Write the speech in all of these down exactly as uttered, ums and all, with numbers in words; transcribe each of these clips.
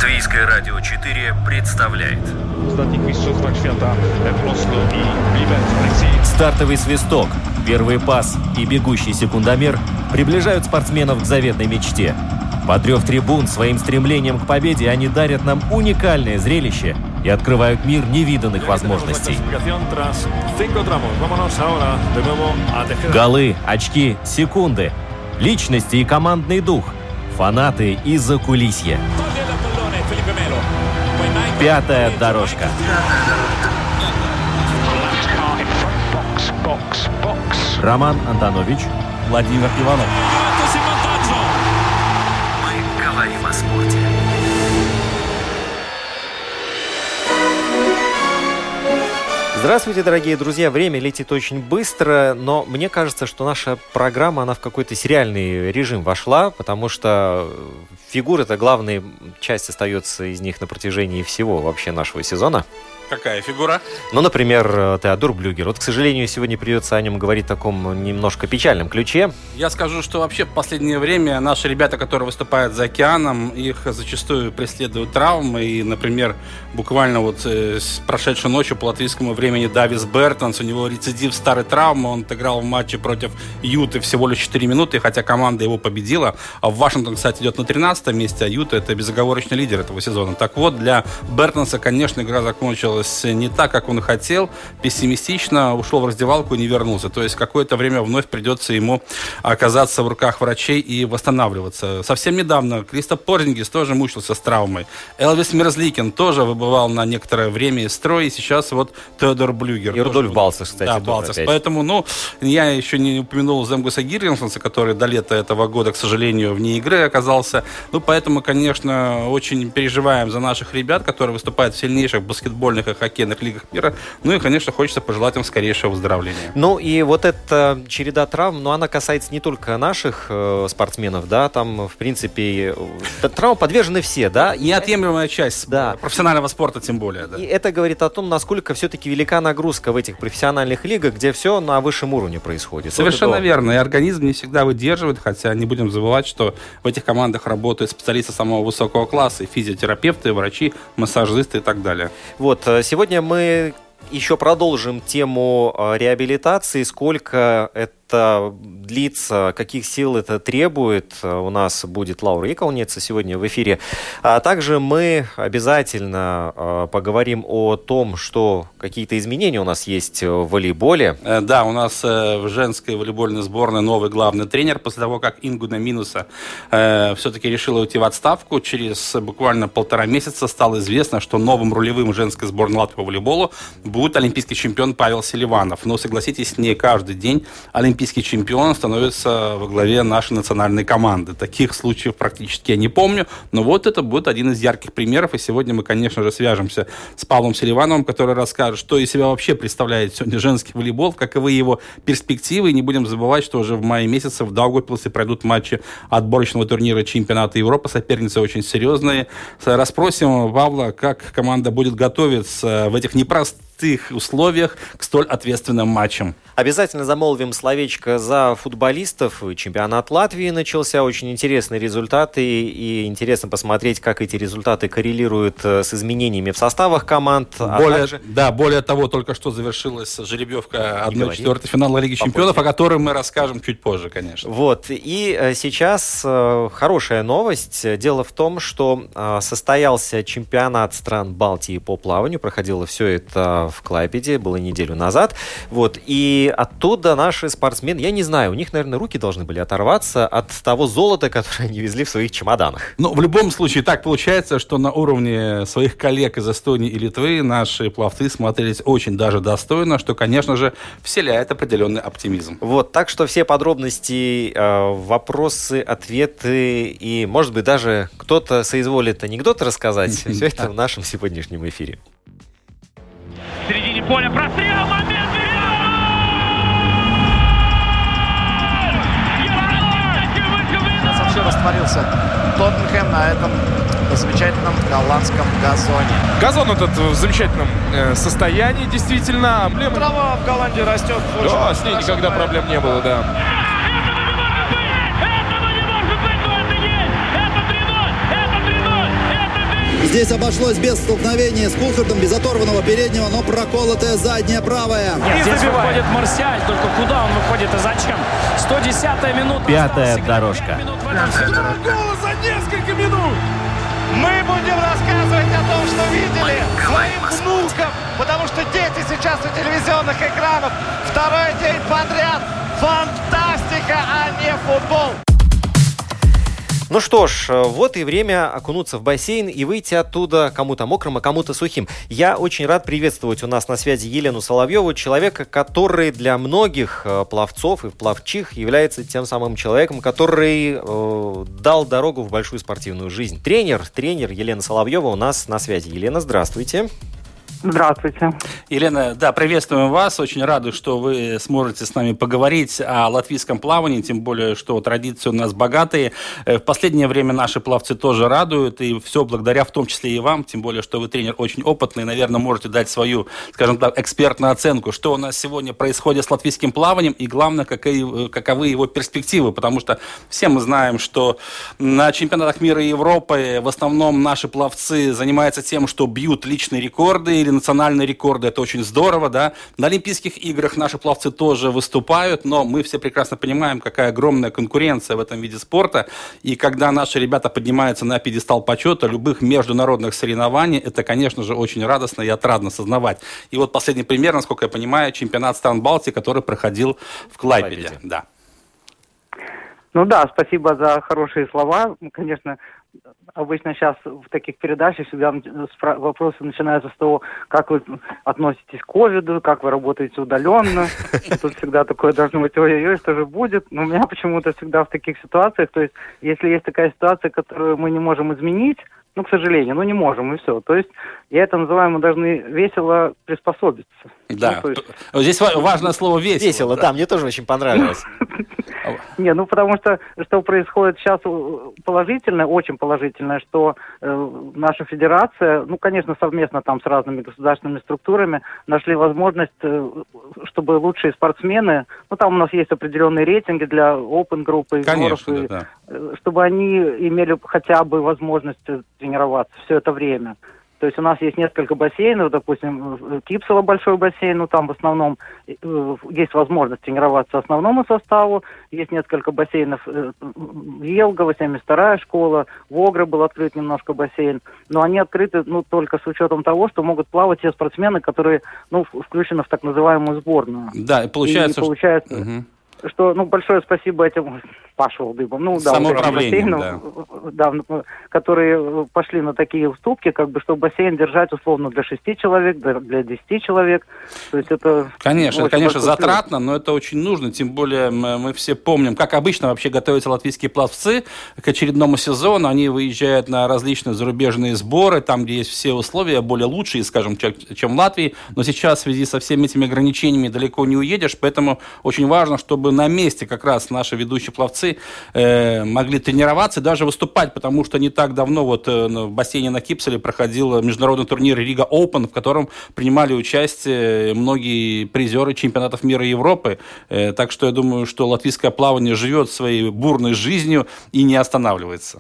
Латвийское радио четыре представляет стартовый свисток, первый пас и бегущий секундомер приближают спортсменов к заветной мечте. Подрев трибун своим стремлением к победе, они дарят нам уникальное зрелище и открывают мир невиданных возможностей. Голы, очки, секунды, личности и командный дух, фанаты и закулисье. Пятая дорожка. Роман Антонович, Владимир Иванов. Мы говорим о спорте. Здравствуйте, дорогие друзья. Время летит очень быстро, но мне кажется, что наша программа, она в какой-то сериальный режим вошла, потому что фигура-то главная часть остается из них на протяжении всего вообще нашего сезона. Какая фигура? Ну, например, Теодор Блюгер. Вот, к сожалению, сегодня придется о нем говорить в таком немножко печальном ключе. Я скажу, что вообще в последнее время наши ребята, которые выступают за океаном, их зачастую преследуют травмы. И, например, буквально вот э, с прошедшей ночью по латвийскому времени Давис Бертонс, у него рецидив старой травмы. Он отыграл в матче против Юты всего лишь четыре минуты, хотя команда его победила. А Вашингтон, кстати, идет на тринадцатом месте, а Юта — это безоговорочный лидер этого сезона. Так вот, для Бертонса, конечно, игра закончилась не так, как он хотел, пессимистично, ушел в раздевалку и не вернулся. То есть какое-то время вновь придется ему оказаться в руках врачей и восстанавливаться. Совсем недавно Кристоф Порзингис тоже мучился с травмой. Элвис Мерзликин тоже выбывал на некоторое время из строя, и сейчас вот Теодор Блюгер. И Рудольф Балцес, кстати. Да, Балцес. Поэтому, ну, я еще не упомянул Земгуса Гиргенсенса, который до лета этого года, к сожалению, вне игры оказался. Ну, поэтому, конечно, очень переживаем за наших ребят, которые выступают в сильнейших баскетбольных и хоккейных лигах мира. Ну и, конечно, хочется пожелать им скорейшего выздоровления. Ну и вот эта череда травм, ну, она касается не только наших э, спортсменов, да, там, в принципе, травмам подвержены все, да. Неотъемлемая часть да. профессионального спорта, тем более, да. И это говорит о том, насколько все-таки велика нагрузка в этих профессиональных лигах, где все на высшем уровне происходит. Совершенно верно. И организм не всегда выдерживает, хотя не будем забывать, что в этих командах работают специалисты самого высокого класса, и физиотерапевты, врачи, массажисты и так далее. Вот, сегодня мы еще продолжим тему реабилитации, сколько это длится, каких сил это требует. У нас будет Лаура Икаунеца сегодня в эфире. А также мы обязательно поговорим о том, что какие-то изменения у нас есть в волейболе. Да, у нас в женской волейбольной сборной новый главный тренер. После того, как Ингуна Минуса э, все-таки решила уйти в отставку, через буквально полтора месяца стало известно, что новым рулевым женской сборной Латвии по волейболу будет олимпийский чемпион Павел Селиванов. Но, согласитесь, не каждый день олимпийский чемпион становится во главе нашей национальной команды. Таких случаев практически я не помню, но вот это будет один из ярких примеров. И сегодня мы, конечно же, свяжемся с Павлом Селивановым, который расскажет, что из себя вообще представляет сегодня женский волейбол, каковы его перспективы. И не будем забывать, что уже в мае месяце в Даугавпилсе пройдут матчи отборочного турнира чемпионата Европы. Соперницы очень серьезные. Расспросим Павла, как команда будет готовиться в этих непростых условиях к столь ответственным матчам. Обязательно замолвим словечко за футболистов. Чемпионат Латвии начался. Очень интересные результаты. И интересно посмотреть, как эти результаты коррелируют с изменениями в составах команд. Более, а также... Да, более того, только что завершилась жеребьевка одна четвертая финала Лиги Попозже. Чемпионов, о которой мы расскажем чуть позже, конечно. Вот. И сейчас хорошая новость. Дело в том, что состоялся чемпионат стран Балтии по плаванию. Проходило все это в Клайпеде, было неделю назад. Вот. И оттуда наши спортсмены, я не знаю, у них, наверное, руки должны были оторваться от того золота, которое они везли в своих чемоданах. Ну, в любом случае, так получается, что на уровне своих коллег из Эстонии и Литвы наши пловцы смотрелись очень даже достойно, что, конечно же, вселяет определенный оптимизм. Вот, так что все подробности, вопросы, ответы и, может быть, даже кто-то соизволит анекдоты рассказать, все это в нашем сегодняшнем эфире. В середине поля прострел, момент! Вообще растворился Тоттенхэм на этом замечательном голландском газоне. Газон этот в замечательном э, состоянии, действительно. Эмблема... Трава в Голландии растет. Да, с ней никогда проблем не было, да. Здесь обошлось без столкновения с Кулхартом, без оторванного переднего, но проколотая задняя правая. Нет, здесь выходит Марсиаль, только куда он выходит и зачем? сто десятая минута. Пятая дорожка. Два гола за несколько минут. Мы будем рассказывать о том, что видели своим внукам, потому что дети сейчас у телевизионных экранов. Второй день подряд. Фантастика, а не футбол. Ну что ж, вот и время окунуться в бассейн и выйти оттуда кому-то мокрым, а кому-то сухим. Я очень рад приветствовать у нас на связи Елену Соловьеву, человека, который для многих пловцов и пловчих является тем самым человеком, который э, дал дорогу в большую спортивную жизнь. Тренер, тренер Елена Соловьева у нас на связи. Елена, здравствуйте. Здравствуйте. Елена, да, приветствуем вас. Очень рады, что вы сможете с нами поговорить о латвийском плавании, тем более, что традиции у нас богатые. В последнее время наши пловцы тоже радуют, и все благодаря в том числе и вам, тем более, что вы тренер очень опытный, наверное, можете дать свою, скажем так, экспертную оценку, что у нас сегодня происходит с латвийским плаванием, и главное, какие, каковы его перспективы, потому что все мы знаем, что на чемпионатах мира и Европы в основном наши пловцы занимаются тем, что бьют личные рекорды или национальные рекорды, это очень здорово, да. На Олимпийских играх наши пловцы тоже выступают, но мы все прекрасно понимаем, какая огромная конкуренция в этом виде спорта, и когда наши ребята поднимаются на пьедестал почета любых международных соревнований, это, конечно же, очень радостно и отрадно сознавать. И вот последний пример, насколько я понимаю, чемпионат стран Балтии, который проходил в Клайпеде. Да. Ну да, спасибо за хорошие слова. Конечно, обычно сейчас в таких передачах всегда вопросы начинаются с того, как вы относитесь к ковиду, как вы работаете удаленно. Тут всегда такое должно быть, ой-ой-ой, что же будет. Но у меня почему-то всегда в таких ситуациях, то есть если есть такая ситуация, которую мы не можем изменить, ну, к сожалению, ну не можем, и все. То есть, я это называю, мы должны весело приспособиться. Да, ну, есть... здесь важное слово «весело». Весело, да, да, мне тоже очень понравилось. Не, ну потому что что происходит сейчас положительное, очень положительное, что э, наша федерация, ну, конечно, совместно там с разными государственными структурами нашли возможность, э, чтобы лучшие спортсмены, ну, там у нас есть определенные рейтинги для open-группы, конечно, и, да, э, чтобы они имели хотя бы возможность тренироваться все это время. То есть у нас есть несколько бассейнов, допустим, Кипсово большой бассейн, ну там в основном э, есть возможность тренироваться основному составу, есть несколько бассейнов, э, Елгово, семьдесят вторая школа, в Огре был открыт немножко бассейн, но они открыты, ну, только с учетом того, что могут плавать те спортсмены, которые, ну, включены в так называемую сборную. Да, и получается... И получается... Что... Угу. Что, ну, большое спасибо этим Пашу Волдыбам, ну, да, бассейнам, да. да, которые пошли на такие уступки, как бы, чтобы бассейн держать условно для шести человек, для десяти человек. То есть это... Конечно, это, конечно, затратно, но это очень нужно, тем более мы, мы все помним, как обычно вообще готовятся латвийские пловцы к очередному сезону, они выезжают на различные зарубежные сборы, там, где есть все условия более лучшие, скажем, чем в Латвии, но сейчас в связи со всеми этими ограничениями далеко не уедешь, поэтому очень важно, чтобы на месте как раз наши ведущие пловцы э, могли тренироваться и даже выступать, потому что не так давно вот э, в бассейне на Кипселе проходил международный турнир Рига Open, в котором принимали участие многие призеры чемпионатов мира и Европы. Э, так что я думаю, что латвийское плавание живет своей бурной жизнью и не останавливается.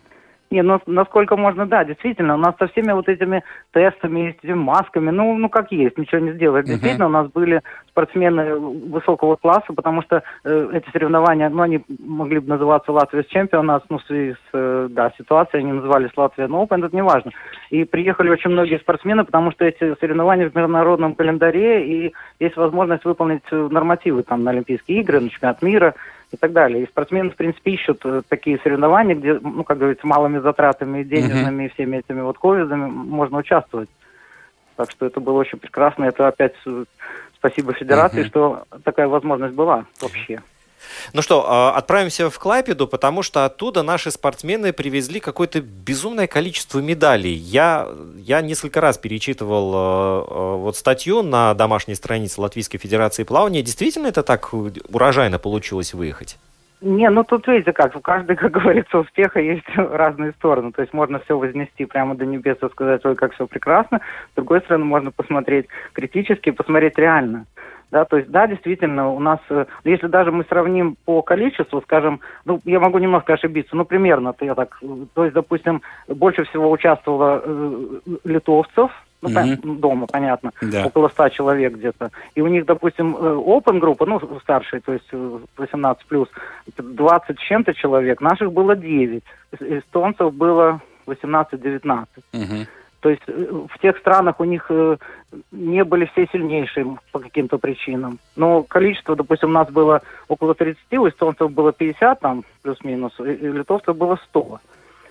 Не, ну, насколько можно, да, действительно, у нас со всеми вот этими тестами, этими масками, ну, ну как есть, ничего не сделать. Uh-huh. Действительно, у нас были спортсмены высокого класса, потому что э, эти соревнования, ну, они могли бы называться Латвия Чемпионат, ну, в связи с, э, да, ситуацией, они назывались Латвия Open, это не важно. И приехали очень многие спортсмены, потому что эти соревнования в международном календаре, и есть возможность выполнить нормативы там на Олимпийские игры, на чемпионат мира и так далее. И спортсмены, в принципе, ищут такие соревнования, где, ну, как говорится, малыми затратами денежными, uh-huh. и всеми этими вот ковидами можно участвовать. Так что это было очень прекрасно. Это опять спасибо Федерации, uh-huh. что такая возможность была вообще. Ну что, отправимся в Клайпеду, потому что оттуда наши спортсмены привезли какое-то безумное количество медалей. Я, я несколько раз перечитывал э, вот статью на домашней странице Латвийской Федерации плавания. Действительно это так урожайно получилось выехать? Не, ну тут видите как, у каждой, как говорится, успеха есть разные стороны. То есть можно все вознести прямо до небес и сказать, ой, как все прекрасно. С другой стороны, можно посмотреть критически, посмотреть реально. Да, то есть, да, действительно, у нас, если даже мы сравним по количеству, скажем, ну, я могу немножко ошибиться, ну, примерно, то я так, то есть, допустим, больше всего участвовало э, литовцев, ну, mm-hmm. дома, понятно, да. около ста человек где-то, и у них, допустим, open группа, ну, старшая, то есть восемнадцать плюс, двадцать с чем-то человек, наших было девять, эстонцев было восемнадцать-девятнадцать. Mm-hmm. То есть в тех странах у них э, не были все сильнейшие по каким-то причинам. Но количество, допустим, у нас было около тридцати, у эстонцев было пятьдесят, там, плюс-минус, и, и литовцев было сто.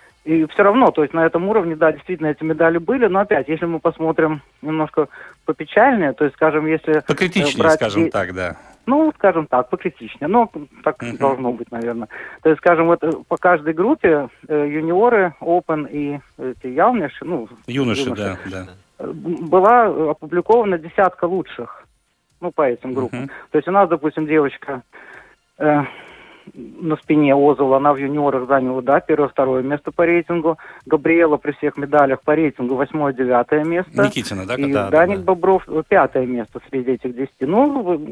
И все равно, то есть на этом уровне, да, действительно эти медали были, но опять, если мы посмотрим немножко попечальнее, то есть, скажем, если... Покритичнее, брать... скажем так, да. Ну, скажем так, покритичнее. Ну, так uh-huh. должно быть, наверное. То есть, скажем, вот по каждой группе э, юниоры, Open и эти явнейшие, ну, юноши, юноши, да, да. была опубликована десятка лучших, ну, по этим группам. Uh-huh. То есть у нас, допустим, девочка э, на спине Озула, она в юниорах заняла, да, первое-второе место по рейтингу. Габриэла при всех медалях по рейтингу восьмое-девятое место. Никитина, да? И да, Даник да. Бобров пятое место среди этих десяти. Ну,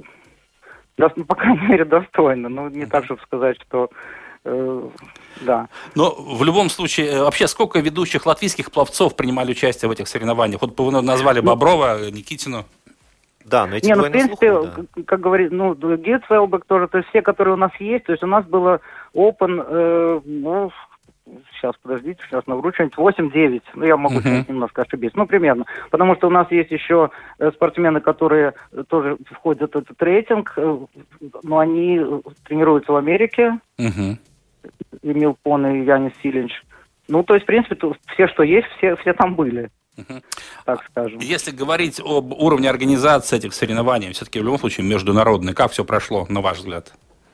Да, по крайней мере, достойно. Ну, не так, чтобы сказать, что... Э, да. Но в любом случае, вообще, сколько ведущих латвийских пловцов принимали участие в этих соревнованиях? Вот вы назвали Боброва, Никитину. Да, но эти не, ну, в принципе, слуху, да. как говорит, ну, Гид Фелбек тоже, то есть все, которые у нас есть, то есть у нас было Open, э, ну, сейчас, подождите, сейчас наберу что-нибудь, восемь-девять, ну, я могу uh-huh. немножко ошибиться, ну, примерно, потому что у нас есть еще спортсмены, которые тоже входят в этот рейтинг, но они тренируются в Америке, uh-huh. Эмил Пон и Янис Силинч, ну, то есть, в принципе, все, что есть, все, все там были. Uh-huh. Так скажем. Если говорить об уровне организации этих соревнований, все-таки в любом случае международный, как все прошло, на ваш взгляд?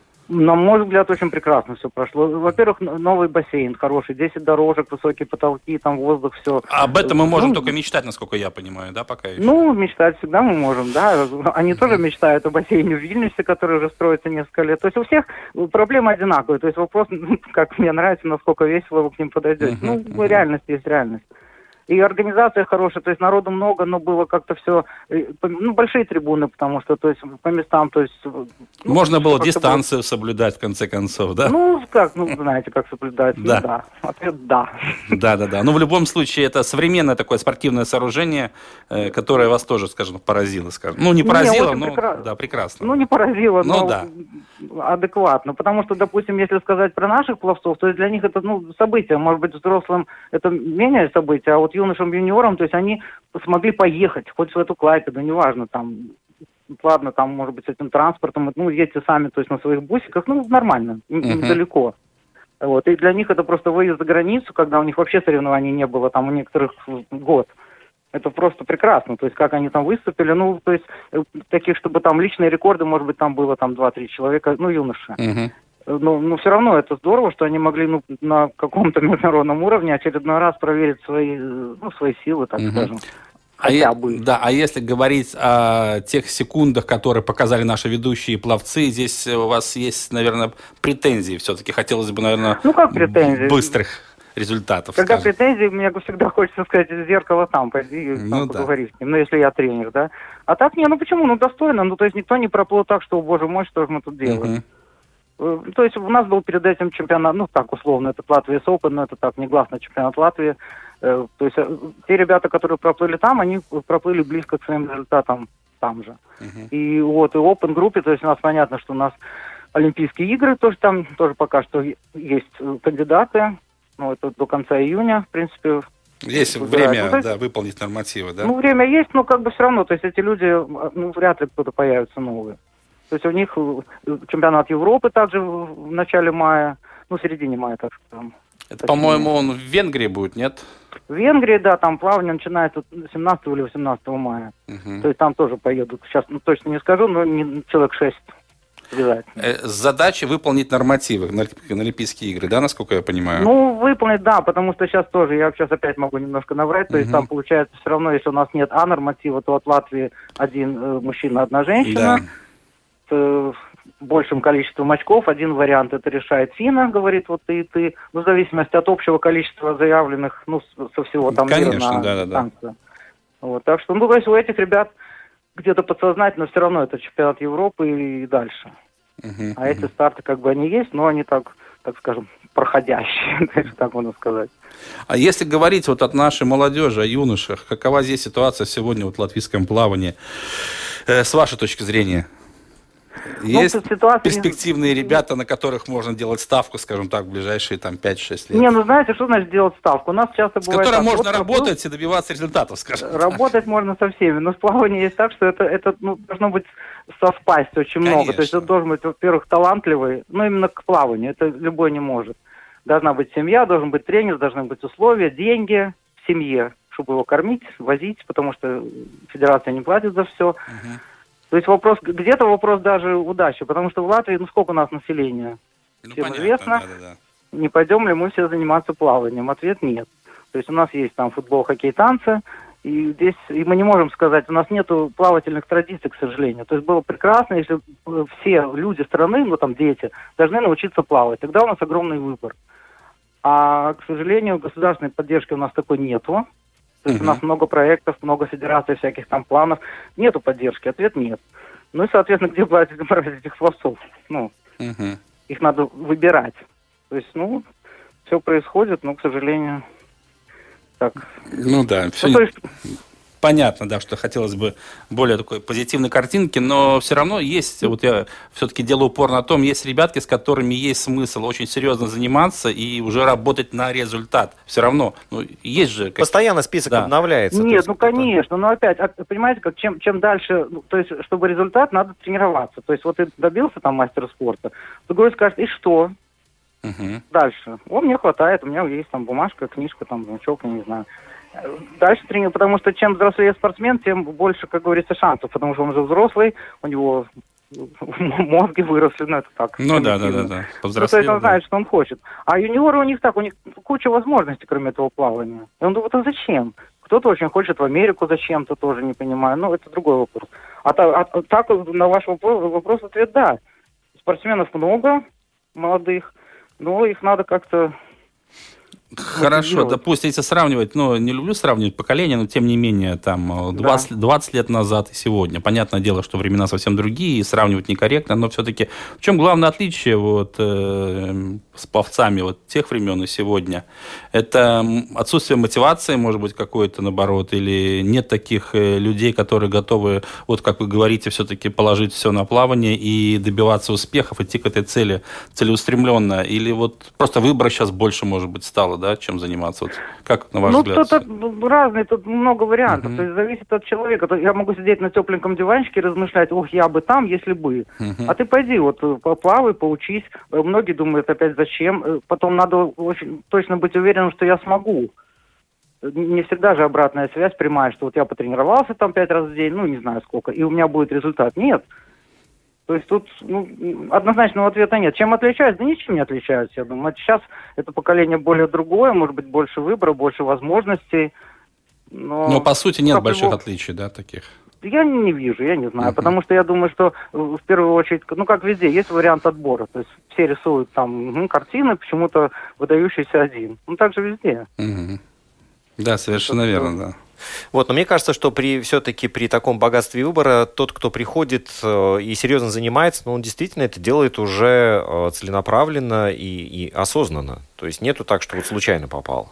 На мой взгляд, очень прекрасно все прошло. Во-первых, новый бассейн хороший, десять дорожек, высокие потолки, там воздух, все. Об этом мы можем ну, только мечтать, насколько я понимаю, да, пока еще? Ну, мечтать всегда мы можем, да. Они mm-hmm. тоже мечтают о бассейне в Вильнюсе, который уже строится несколько лет. То есть у всех проблемы одинаковые. То есть вопрос, как мне нравится, насколько весело вы к ним подойдете. Mm-hmm. Ну, реальность есть реальность. И организация хорошая, то есть народу много, но было как-то все, ну, большие трибуны, потому что, то есть, по местам, то есть... Ну, можно было дистанцию было... соблюдать, в конце концов, да? Ну, как, ну, знаете, как соблюдать, да. Ну, да. Ответ да. Да-да-да, ну, в любом случае, это современное такое спортивное сооружение, которое вас тоже, скажем, поразило, скажем. Ну, не поразило, но, прекра... да, прекрасно. Ну, не поразило, но, но да. адекватно, потому что, допустим, если сказать про наших пловцов, то есть для них это, ну, событие, может быть, взрослым это менее событие, а вот юношам, юниорам, то есть они смогли поехать, хоть в эту Клайпеду, неважно, там, ладно, там, может быть, с этим транспортом, ну, едьте сами, то есть на своих бусиках, ну, нормально, uh-huh. недалеко. Вот, и для них это просто выезд за границу, когда у них вообще соревнований не было, там, у некоторых год. Это просто прекрасно, то есть как они там выступили, ну, то есть таких, чтобы там личные рекорды, может быть, там было там два-три человека, ну, юноши. Uh-huh. Но, но все равно это здорово, что они могли, ну, на каком-то международном уровне очередной раз проверить свои, ну, свои силы, так uh-huh. скажем. Хотя а бы. Е- да, а если говорить о тех секундах, которые показали наши ведущие пловцы, здесь у вас есть, наверное, претензии все-таки. Хотелось бы, наверное, ну, как претензии? Быстрых результатов. Когда скажем. претензии, мне всегда хочется сказать, зеркало там, пойди, ну, там, да. поговори с ним, ну, если я тренер, да. А так, не, ну, почему? Ну, достойно, ну, то есть никто не проплыл так, что, боже мой, что же мы тут делаем. Uh-huh. То есть у нас был перед этим чемпионат, ну так условно, это Латвия Open, но это так негласно чемпионат Латвии. То есть те ребята, которые проплыли там, они проплыли близко к своим результатам там же. Uh-huh. И вот и Open группе, то есть у нас понятно, что у нас Олимпийские игры тоже там, тоже пока что есть кандидаты, ну это до конца июня, в принципе. Есть время, ну, есть, да, выполнить нормативы, да? Ну время есть, но как бы все равно, то есть эти люди, ну вряд ли кто-то появится новый. То есть у них чемпионат Европы также в начале мая, ну, в середине мая, так что там. Это, по-моему, он в Венгрии будет, нет? В Венгрии, да, там плавание начинается семнадцатого или восемнадцатого мая. Uh-huh. То есть там тоже поедут. Сейчас ну, точно не скажу, но не, человек шесть обязательно. Задача выполнить нормативы на, на Олимпийские игры, да, насколько я понимаю? Ну, выполнить, да, потому что сейчас тоже, я сейчас опять могу немножко наврать, то uh-huh. есть там получается все равно, если у нас нет А-норматива, то от Латвии один э, мужчина, одна женщина. Да. Большим количеством очков. Один вариант это решает ФИНА, говорит, вот ты и ты. Ну, в зависимости от общего количества заявленных, ну, со всего там Конечно, мира на да, да, да. Вот, так что, ну, то есть у этих ребят где-то подсознательно все равно это чемпионат Европы и дальше. Uh-huh, а uh-huh. эти старты как бы они есть, но они так, так скажем, проходящие, так можно сказать. А если говорить вот от нашей молодежи, о юношах, какова здесь ситуация сегодня вот в латвийском плавании, э, с вашей точки зрения? Есть ну, перспективные не... ребята, на которых можно делать ставку, скажем так, в ближайшие там пять-шесть лет? Не, ну знаете, что значит делать ставку? У нас часто с бывает... С которой можно вот, работать и добиваться результатов, скажем так. Работать можно со всеми, но в плавании есть так, что это, это ну, должно быть совпасть очень Конечно. много. То есть это должен быть, во-первых, талантливый, но именно к плаванию, это любой не может. Должна быть семья, должен быть тренер, должны быть условия, деньги в семье, чтобы его кормить, возить, потому что федерация не платит за все. Uh-huh. То есть вопрос, где-то вопрос даже удачи, потому что в Латвии, ну сколько у нас населения? Ну, Всем понятно, известно, да, да, да. Не пойдем ли мы все заниматься плаванием? Ответ нет. То есть у нас есть там футбол, хоккей, танцы, и здесь и мы не можем сказать, у нас нету плавательных традиций, к сожалению. То есть было прекрасно, если все люди страны, ну там дети, должны научиться плавать. Тогда у нас огромный выбор. А, к сожалению, государственной поддержки у нас такой нету. То есть uh-huh. у нас много проектов, много федераций, всяких там планов. Нету поддержки, ответ нет. Ну и, соответственно, где брать этих пловцов? Ну, uh-huh. их надо выбирать. То есть, ну, все происходит, но, к сожалению, так. Ну да, все ну, есть... понятно, да, что хотелось бы более такой позитивной картинки, но все равно есть, вот я все-таки делаю упор на том, есть ребятки, с которыми есть смысл очень серьезно заниматься и уже работать на результат. Все равно, ну, есть же... Как... Постоянно список да. обновляется. Нет, ну, конечно, но опять, понимаете, как чем, чем дальше, ну, то есть, чтобы результат, надо тренироваться. То есть, вот ты добился там мастера спорта, другой скажет, и что? Uh-huh. Дальше. О, мне хватает, у меня есть там бумажка, книжка, там, значок, я не знаю. Дальше тренер, потому что чем взрослее спортсмен, тем больше, как говорится, шансов, потому что он же взрослый, у него мозги выросли, ну это так. Ну да, да, да, да. Ну, то есть он знает, что он хочет. А юниоры у них так, у них куча возможностей, кроме этого плавания. И он думает, а зачем? Кто-то очень хочет в Америку зачем-то, тоже не понимаю. Ну, это другой вопрос. А, та, а так на ваш вопрос, вопрос ответ да. Спортсменов много, молодых, но их надо как-то... Хорошо, допустим, если сравнивать, ну, не люблю сравнивать поколения, но тем не менее, там, двадцать, да. двадцать лет назад и сегодня. Понятное дело, что времена совсем другие, и сравнивать некорректно, но все-таки в чем главное отличие вот, э, с пловцами вот тех времен и сегодня? Это отсутствие мотивации, может быть, какой-то, наоборот, или нет таких э, людей, которые готовы, вот как вы говорите, все-таки положить все на плавание и добиваться успехов, идти к этой цели целеустремленно, или вот просто выбора сейчас больше, может быть, стало, да, чем заниматься? Вот как, на ваш ну, взгляд? Ну, тут разные, тут много вариантов. Uh-huh. То есть зависит от человека. То я могу сидеть на тепленьком диванчике и размышлять, ох, я бы там, если бы. Uh-huh. А ты пойди, вот, поплавай, поучись. Многие думают, опять, зачем. Потом надо очень точно быть уверенным, что я смогу. Не всегда же обратная связь прямая, что вот я потренировался там пять раз в день, ну, не знаю сколько, и у меня будет результат. Нет. То есть тут ну, однозначного ответа нет. Чем отличаются? Да ничем не отличаются, я думаю. Сейчас это поколение более другое, может быть, больше выбора, больше возможностей. Но, но по сути нет больших его... отличий, да, таких? Я не, не вижу, я не знаю. Uh-huh. Потому что я думаю, что в первую очередь, ну как везде, есть вариант отбора. То есть все рисуют там угу, картины, почему-то выдающийся один. Ну так же везде. Uh-huh. Да, совершенно это, верно, да. Вот, но мне кажется, что при все-таки при таком богатстве выбора тот, кто приходит э, и серьезно занимается, ну, он действительно это делает уже э, целенаправленно и, и осознанно. То есть нету так, что вот случайно попал.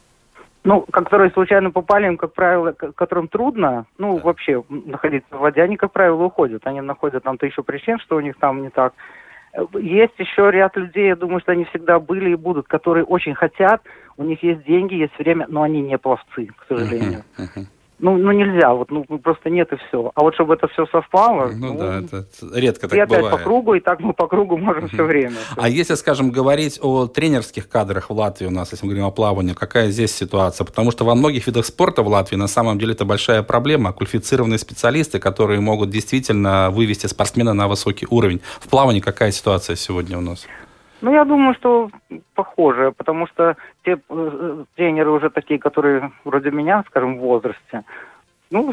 Ну, которые случайно попали, им, как правило, которым трудно, ну, да. вообще находиться в воде, они, как правило, уходят. Они находят там тысячу причин, что у них там не так. Есть еще ряд людей, я думаю, что они всегда были и будут, которые очень хотят, у них есть деньги, есть время, но они не пловцы, к сожалению. Uh-huh, uh-huh. Ну, ну, нельзя, вот, ну, просто нет и все. А вот чтобы это все совпало... Ну, ну да, это редко так бывает. И опять бывает. по кругу, и так мы по кругу можем uh-huh. все время. А если, скажем, говорить о тренерских кадрах в Латвии у нас, если мы говорим о плавании, какая здесь ситуация? Потому что во многих видах спорта в Латвии на самом деле это большая проблема. Квалифицированные специалисты, которые могут действительно вывести спортсмена на высокий уровень. В плавании какая ситуация сегодня у нас? Ну, я думаю, что похоже, потому что те э, тренеры уже такие, которые вроде меня, скажем, в возрасте, ну,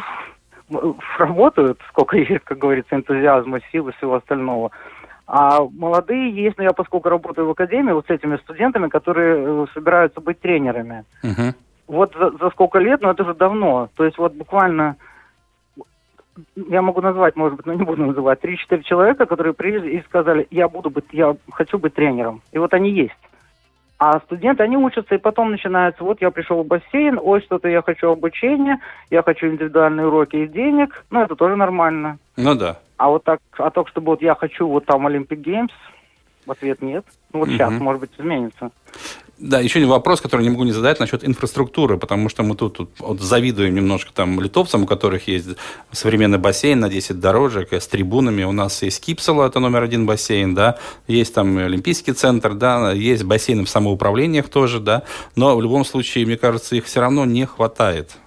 работают, сколько есть, как говорится, энтузиазма, силы, всего остального. А молодые есть, но я поскольку работаю в академии, вот с этими студентами, которые собираются быть тренерами. Uh-huh. Вот за, за сколько лет, ну это же давно. То есть вот буквально я могу назвать, может быть, но не буду называть, три-четыре человека, которые приехали и сказали, я буду быть, я хочу быть тренером. И вот они есть. А студенты, они учатся, и потом начинается, вот я пришел в бассейн, ой, что-то я хочу обучения, я хочу индивидуальные уроки и денег, ну, это тоже нормально. Ну да. А вот так, а так, чтобы вот я хочу вот там Olympic Games, в ответ нет. Ну, вот угу. сейчас, может быть, изменится. Да, еще один вопрос, который не могу не задать насчет инфраструктуры, потому что мы тут, тут вот завидуем немножко там литовцам, у которых есть современный бассейн на десять дорожек с трибунами. У нас есть Кипсала, это номер один бассейн, да, есть там Олимпийский центр, да, есть бассейны в самоуправлениях тоже, да, но в любом случае, мне кажется, их все равно не хватает.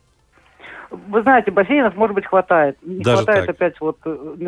Вы знаете, бассейнов, может быть, хватает. Не Даже хватает так? Опять вот,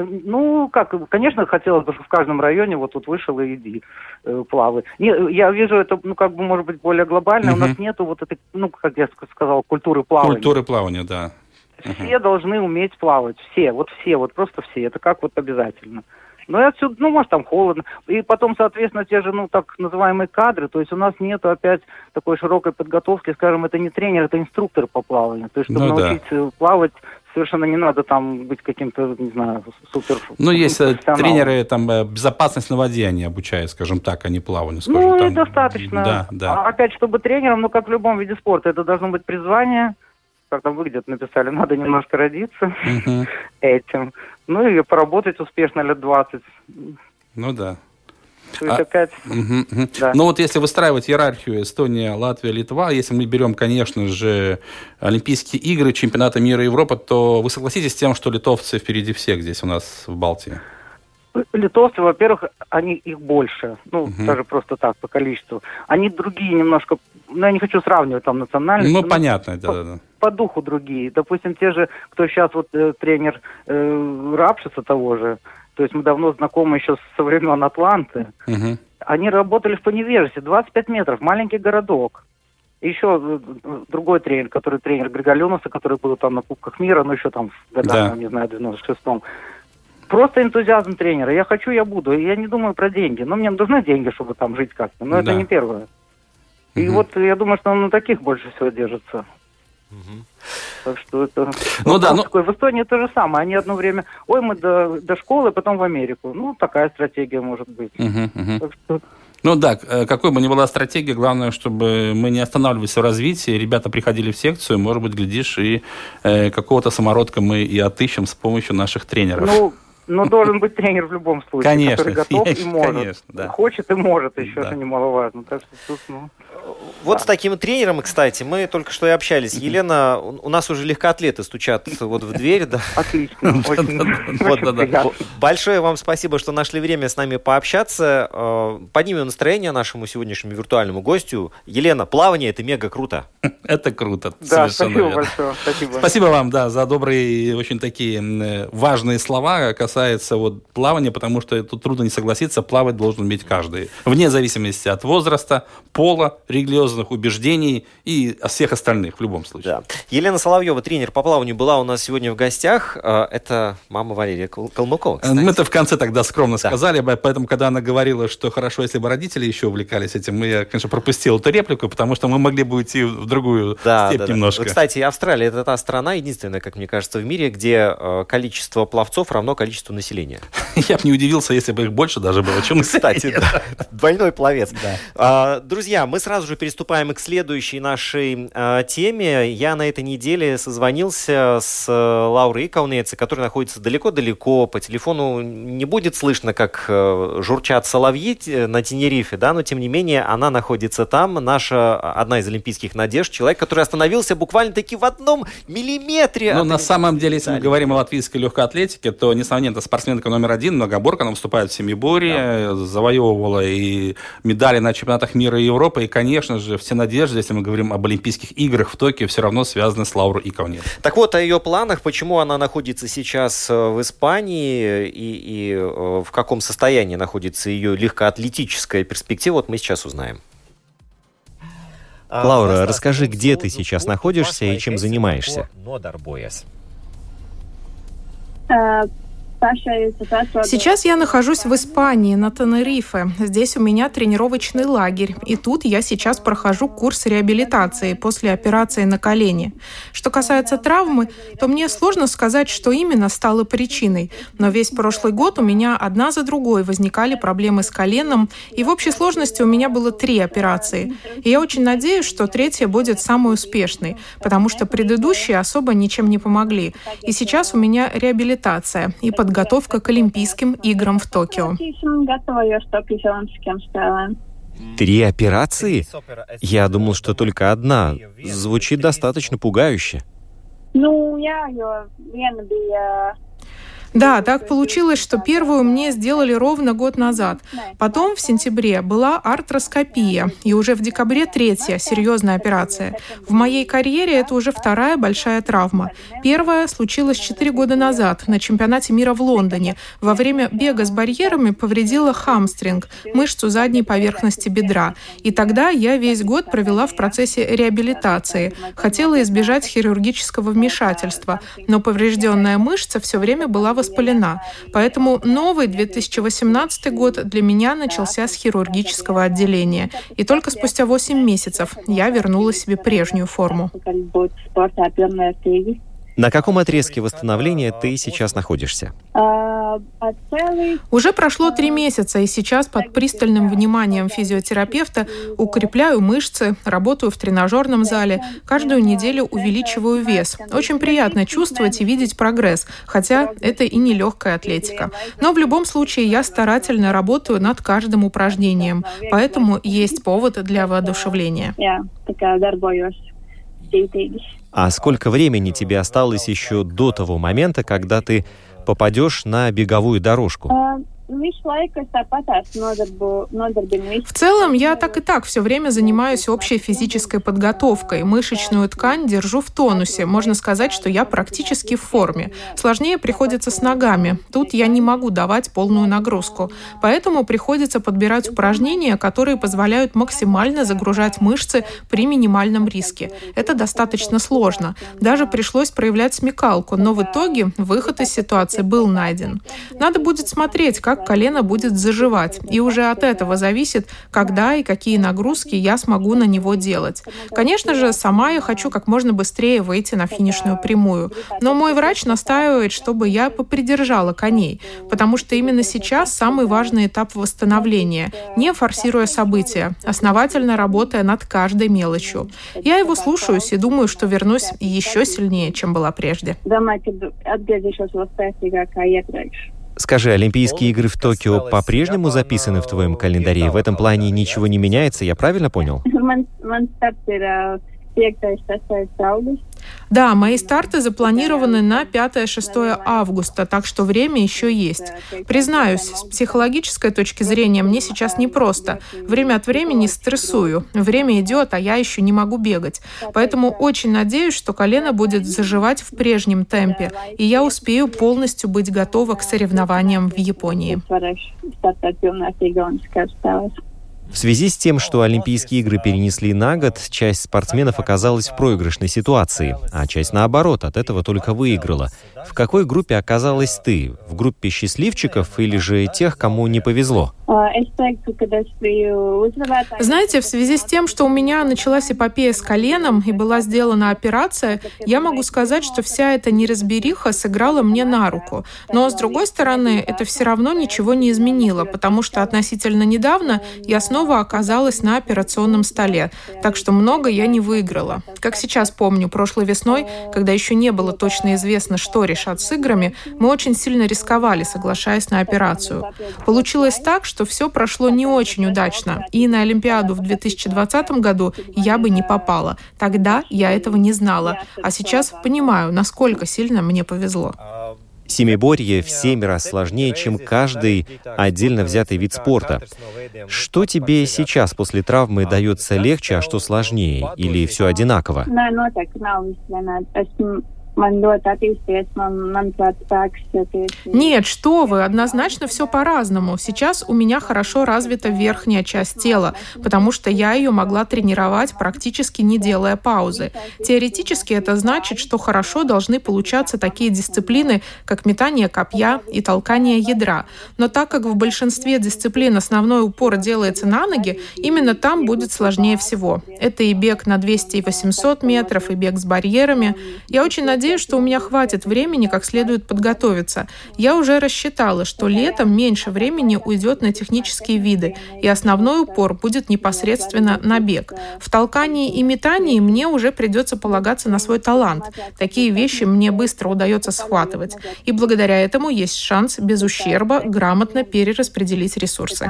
ну, как, конечно, хотелось бы, чтобы в каждом районе вот тут вышел и иди э, плавай. Не, я вижу это, ну, как бы, может быть, более глобально. Uh-huh. У нас нету вот этой, ну, как я сказал, культуры плавания. Культуры плавания, да. Uh-huh. Все должны уметь плавать, все, вот все, вот просто все. Это как вот обязательно. Ну, и отсюда, ну, может, там холодно. И потом, соответственно, те же, ну, так называемые кадры. То есть у нас нету опять такой широкой подготовки. Скажем, это не тренер, это инструктор по плаванию. То есть, чтобы ну, научиться да. плавать, совершенно не надо там быть каким-то, не знаю, супер... Ну, есть тренеры, там, безопасность на воде они обучают, скажем так, а не плаванию. Скажем, ну, там... и достаточно. Да, да. А опять, чтобы тренером, ну, как в любом виде спорта, это должно быть призвание. Как там вы где-то написали, надо немножко родиться uh-huh. этим. Ну и поработать успешно лет двадцать. Ну да. То есть а, опять... Угу, угу. Да. Ну вот если выстраивать иерархию Эстония, Латвия, Литва, если мы берем, конечно же, Олимпийские игры, чемпионаты мира и Европы, то вы согласитесь с тем, что литовцы впереди всех здесь у нас в Балтии? Литовцы, во-первых, они их больше, ну, угу. даже просто так, по количеству. Они другие немножко, ну, я не хочу сравнивать там национальность. Ну, понятно, да, по, да, да. По духу другие. Допустим, те же, кто сейчас вот э, тренер э, Рапшиса того же, то есть мы давно знакомы еще со времен Атланты, угу. они работали в Поневежесе, двадцать пять метров, маленький городок. Еще э, другой тренер, который тренер Григолюнаса, который был там на Кубках мира, ну, еще там в годах, да. не знаю, в девяносто шестом. Просто энтузиазм тренера. Я хочу, я буду. Я не думаю про деньги. Но мне нужны деньги, чтобы там жить как-то. Но да. это не первое. И угу. вот я думаю, что он на таких больше всего держится. Угу. Так что это... Ну вот да, ну... такой. В Эстонии то же самое. Они одно время... Ой, мы до, до школы, потом в Америку. Ну, такая стратегия может быть. Угу, угу. Так что... Ну да, какой бы ни была стратегия, главное, чтобы мы не останавливались в развитии, ребята приходили в секцию, может быть, глядишь, и э, какого-то самородка мы и отыщем с помощью наших тренеров. Ну, но должен быть тренер в любом случае, конечно, который готов я, и может. Конечно, да. Хочет и может, еще да. это немаловажно. Так что тут, ну... Вот да. с таким тренером, кстати, мы только что и общались. Елена, у нас уже легкоатлеты стучат вот в дверь. Да. Отлично. Очень Большое вам спасибо, что нашли время с нами пообщаться. Поднимем настроение нашему сегодняшнему виртуальному гостю. Елена, плавание – это мега круто. Это круто. Да, спасибо большое. Спасибо вам, да, за добрые, очень такие важные слова касается вот плавания, потому что тут трудно не согласиться, плавать должен уметь каждый. Вне зависимости от возраста, пола, религиозных убеждений и всех остальных в любом случае. Да. Елена Соловьева, тренер по плаванию, была у нас сегодня в гостях. Это мама Валерия Калмыкова, кстати. Мы-то в конце тогда скромно да. сказали, поэтому, когда она говорила, что хорошо, если бы родители еще увлекались этим, я, конечно, пропустил эту реплику, потому что мы могли бы уйти в другую да, степь да, немножко. Да. Кстати, Австралия – это та страна, единственная, как мне кажется, в мире, где количество пловцов равно количеству населения. Я бы не удивился, если бы их больше даже было, чем кстати. Двойной пловец. Друзья, мы сразу же переступаем к следующей нашей э, теме. Я на этой неделе созвонился с э, Лаурой Икаунеце, которая находится далеко-далеко. По телефону не будет слышно, как э, журчат соловьи на Тенерифе, да, но тем не менее она находится там. Наша одна из олимпийских надежд. Человек, который остановился буквально-таки в одном миллиметре. Ну, на самом деле, если мы говорим о латвийской легкой атлетике, то, несомненно, спортсменка номер один, многоборка, она выступает в семиборье, да. завоевывала и медали на чемпионатах мира и Европы, и, конечно же, все надежды, если мы говорим об Олимпийских играх в Токио, все равно связаны с Лаурой Икаунеце. Так вот, о ее планах, почему она находится сейчас в Испании и, и в каком состоянии находится ее легкоатлетическая перспектива, вот мы сейчас узнаем. Лаура, расскажи, где ты сейчас находишься и чем занимаешься? Сейчас я нахожусь в Испании, на Тенерифе. Здесь у меня тренировочный лагерь. И тут я сейчас прохожу курс реабилитации после операции на колене. Что касается травмы, то мне сложно сказать, что именно стало причиной. Но весь прошлый год у меня одна за другой возникали проблемы с коленом. И в общей сложности у меня было три операции. И я очень надеюсь, что третья будет самой успешной, потому что предыдущие особо ничем не помогли. И сейчас у меня реабилитация и подготовка к Олимпийским играм в Токио. Три операции? Я думал, что только одна. Звучит достаточно пугающе. Да, так получилось, что первую мне сделали ровно год назад. Потом в сентябре была артроскопия, и уже в декабре третья серьезная операция. В моей карьере это уже вторая большая травма. Первая случилась четыре года назад на чемпионате мира в Лондоне. Во время бега с барьерами повредила хамстринг, мышцу задней поверхности бедра. И тогда я весь год провела в процессе реабилитации. Хотела избежать хирургического вмешательства, но поврежденная мышца все время была воспалена. воспалена. Поэтому новый две тысячи восемнадцатый год для меня начался с хирургического отделения. И только спустя восемь месяцев я вернула себе прежнюю форму. На каком отрезке восстановления ты сейчас находишься? Уже прошло три месяца, и сейчас под пристальным вниманием физиотерапевта укрепляю мышцы, работаю в тренажерном зале, каждую неделю увеличиваю вес. Очень приятно чувствовать и видеть прогресс, хотя это и не легкая атлетика. Но в любом случае я старательно работаю над каждым упражнением, поэтому есть повод для воодушевления. А сколько времени тебе осталось еще до того момента, когда ты попадешь на беговую дорожку? В целом, я так и так все время занимаюсь общей физической подготовкой. Мышечную ткань держу в тонусе. Можно сказать, что я практически в форме. Сложнее приходится с ногами. Тут я не могу давать полную нагрузку. Поэтому приходится подбирать упражнения, которые позволяют максимально загружать мышцы при минимальном риске. Это достаточно сложно. Даже пришлось проявлять смекалку, но в итоге выход из ситуации был найден. Надо будет смотреть, как колено будет заживать. И уже от этого зависит, когда и какие нагрузки я смогу на него делать. Конечно же, сама я хочу как можно быстрее выйти на финишную прямую. Но мой врач настаивает, чтобы я попридержала коней, потому что именно сейчас самый важный этап восстановления, не форсируя события, основательно работая над каждой мелочью. Я его слушаюсь и думаю, что вернусь еще сильнее, чем была прежде. Скажи, Олимпийские игры в Токио по-прежнему записаны в твоем календаре? В этом плане ничего не меняется, я правильно понял? Да, мои старты запланированы на пятое-шестое августа, так что время еще есть. Признаюсь, с психологической точки зрения мне сейчас непросто. Время от времени стрессую. Время идет, а я еще не могу бегать. Поэтому очень надеюсь, что колено будет заживать в прежнем темпе, и я успею полностью быть готова к соревнованиям в Японии. В связи с тем, что Олимпийские игры перенесли на год, часть спортсменов оказалась в проигрышной ситуации, а часть, наоборот, от этого только выиграла. В какой группе оказалась ты? В группе счастливчиков или же тех, кому не повезло? Знаете, в связи с тем, что у меня началась эпопея с коленом и была сделана операция, я могу сказать, что вся эта неразбериха сыграла мне на руку. Но, с другой стороны, это все равно ничего не изменило, потому что относительно недавно я снова оказалась на операционном столе, так что много я не выиграла. Как сейчас помню, прошлой весной, когда еще не было точно известно, что решат с играми, мы очень сильно рисковали, соглашаясь на операцию. Получилось так, что все прошло не очень удачно, и на Олимпиаду в две тысячи двадцатом году я бы не попала. Тогда я этого не знала, а сейчас понимаю, насколько сильно мне повезло. Семиборье в семь раз сложнее, чем каждый отдельно взятый вид спорта. Что тебе сейчас после травмы дается легче, а что сложнее? Или все одинаково? Нет, что вы, однозначно все по-разному. Сейчас у меня хорошо развита верхняя часть тела, потому что я ее могла тренировать, практически не делая паузы. Теоретически это значит, что хорошо должны получаться такие дисциплины, как метание копья и толкание ядра. Но так как в большинстве дисциплин основной упор делается на ноги, именно там будет сложнее всего. Это и бег на двести и восемьсот метров, и бег с барьерами. Я очень надеюсь, Надеюсь, что у меня хватит времени как следует подготовиться. Я уже рассчитала, что летом меньше времени уйдет на технические виды, и основной упор будет непосредственно на бег. В толкании и метании мне уже придется полагаться на свой талант. Такие вещи мне быстро удается схватывать. И благодаря этому есть шанс без ущерба грамотно перераспределить ресурсы.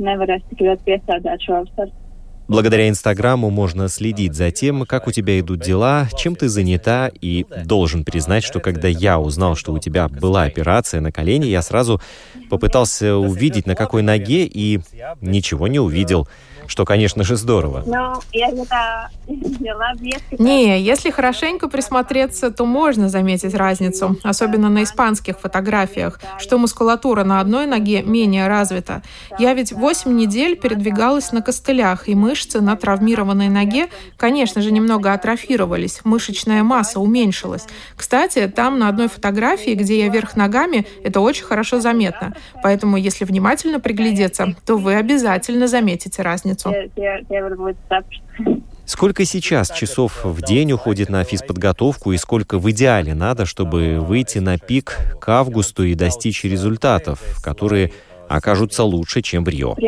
Благодаря Инстаграму можно следить за тем, как у тебя идут дела, чем ты занята, и должен признать, что когда я узнал, что у тебя была операция на колене, я сразу попытался увидеть, на какой ноге, и ничего не увидел. Что, конечно же, здорово. Не, если хорошенько присмотреться, то можно заметить разницу, особенно на испанских фотографиях, что мускулатура на одной ноге менее развита. Я ведь восемь недель передвигалась на костылях, и мышцы на травмированной ноге, конечно же, немного атрофировались, мышечная масса уменьшилась. Кстати, там на одной фотографии, где я вверх ногами, это очень хорошо заметно. Поэтому, если внимательно приглядеться, то вы обязательно заметите разницу. Сколько сейчас часов в день уходит на физподготовку и сколько в идеале надо, чтобы выйти на пик к августу и достичь результатов, которые окажутся лучше, чем в Рио?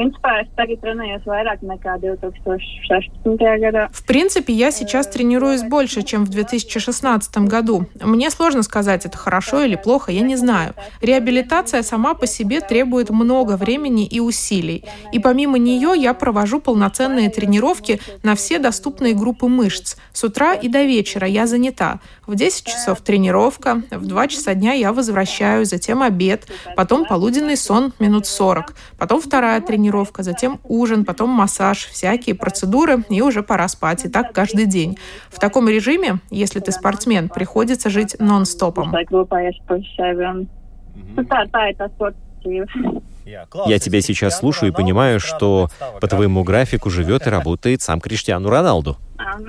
В принципе, я сейчас тренируюсь больше, чем в две тысячи шестнадцатом году. Мне сложно сказать, это хорошо или плохо, я не знаю. Реабилитация сама по себе требует много времени и усилий. И помимо нее я провожу полноценные тренировки на все доступные группы мышц. С утра и до вечера я занята. В десять часов тренировка, в два часа дня я возвращаюсь, затем обед, потом полуденный сон минут сорок, потом вторая тренировка, затем ужин, потом массаж, всякие процедуры, и уже пора спать. И так каждый день. В таком режиме, если ты спортсмен, приходится жить нон-стопом. Я тебя сейчас слушаю и понимаю, что по твоему графику живет и работает сам Криштиану Роналду.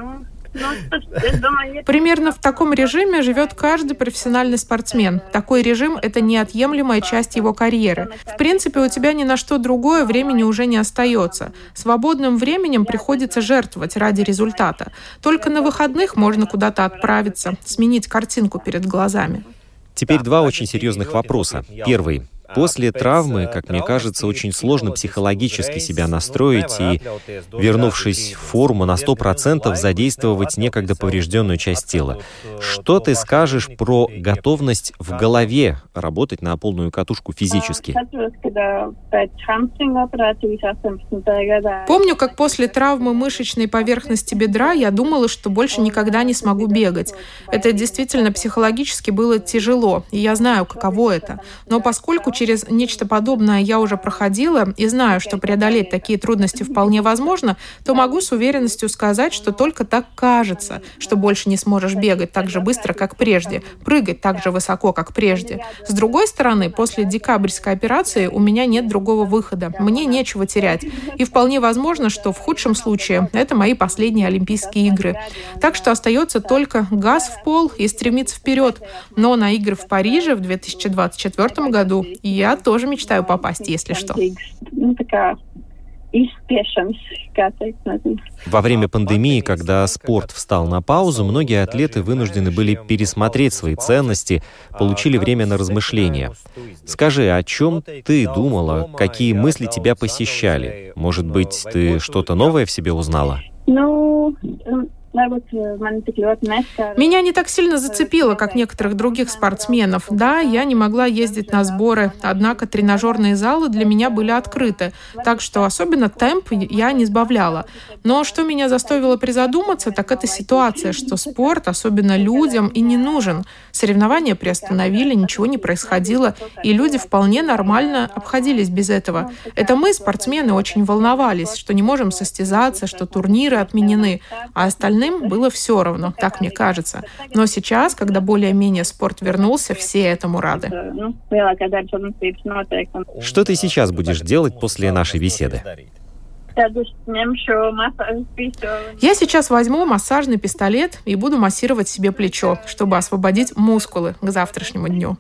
Примерно в таком режиме живет каждый профессиональный спортсмен. Такой режим – это неотъемлемая часть его карьеры. В принципе, у тебя ни на что другое времени уже не остается. Свободным временем приходится жертвовать ради результата. Только на выходных можно куда-то отправиться, сменить картинку перед глазами. Теперь два очень серьезных вопроса. Первый. После травмы, как мне кажется, очень сложно психологически себя настроить и, вернувшись в форму, на сто процентов задействовать некогда поврежденную часть тела. Что ты скажешь про готовность в голове работать на полную катушку физически? Помню, как после травмы мышечной поверхности бедра я думала, что больше никогда не смогу бегать. Это действительно психологически было тяжело, и я знаю, каково это. Но поскольку через нечто подобное я уже проходила и знаю, что преодолеть такие трудности вполне возможно, то могу с уверенностью сказать, что только так кажется, что больше не сможешь бегать так же быстро, как прежде, прыгать так же высоко, как прежде. С другой стороны, после декабрьской операции у меня нет другого выхода, мне нечего терять. И вполне возможно, что в худшем случае это мои последние Олимпийские игры. Так что остается только газ в пол и стремиться вперед. Но на игры в Париже в две тысячи двадцать четвёртом году я тоже мечтаю попасть, если что. Во время пандемии, когда спорт встал на паузу, многие атлеты вынуждены были пересмотреть свои ценности, получили время на размышления. Скажи, о чем ты думала, какие мысли тебя посещали? Может быть, ты что-то новое в себе узнала? Ну... Меня не так сильно зацепило, как некоторых других спортсменов. Да, я не могла ездить на сборы, однако тренажерные залы для меня были открыты, так что особенно темп я не сбавляла. Но что меня заставило призадуматься, так это ситуация, что спорт, особенно людям, и не нужен. Соревнования приостановили, ничего не происходило, и люди вполне нормально обходились без этого. Это мы, спортсмены, очень волновались, что не можем состязаться, что турниры отменены, а остальные остальным было все равно, так мне кажется. Но сейчас, когда более-менее спорт вернулся, все этому рады. Что ты сейчас будешь делать после нашей беседы? Я сейчас возьму массажный пистолет и буду массировать себе плечо, чтобы освободить мускулы к завтрашнему дню.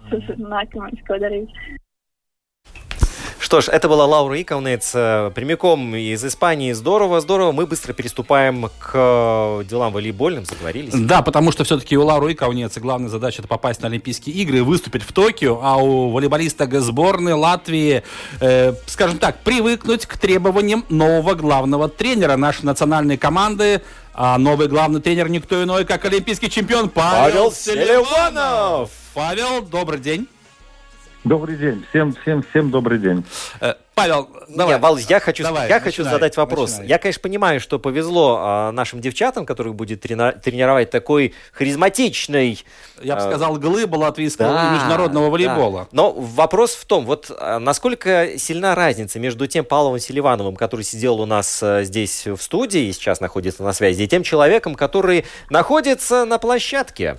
Что ж, это была Лаура Икаунец, прямиком из Испании. Здорово, здорово. Мы быстро переступаем к делам волейбольным, заговорились. Да, потому что все-таки у Лауры Икаунец главная задача — это попасть на Олимпийские игры и выступить в Токио, а у волейболиста сборной Латвии, э, скажем так, привыкнуть к требованиям нового главного тренера нашей национальной команды. А новый главный тренер никто иной, как олимпийский чемпион Павел, Павел Селиванов. Павел, добрый день. Добрый день. Всем, всем, всем добрый день. Э, Павел, давай. Не, Вал, я хочу, давай, я начинай, хочу задать вопрос. Начинай. Я, конечно, понимаю, что повезло а, нашим девчатам, которых будет трени- тренировать такой харизматичный... Я бы а, сказал, глыба латвийского да, и международного волейбола. Да. Но вопрос в том, вот а, насколько сильна разница между тем Павлом Селивановым, который сидел у нас а, здесь в студии и сейчас находится на связи, и тем человеком, который находится на площадке?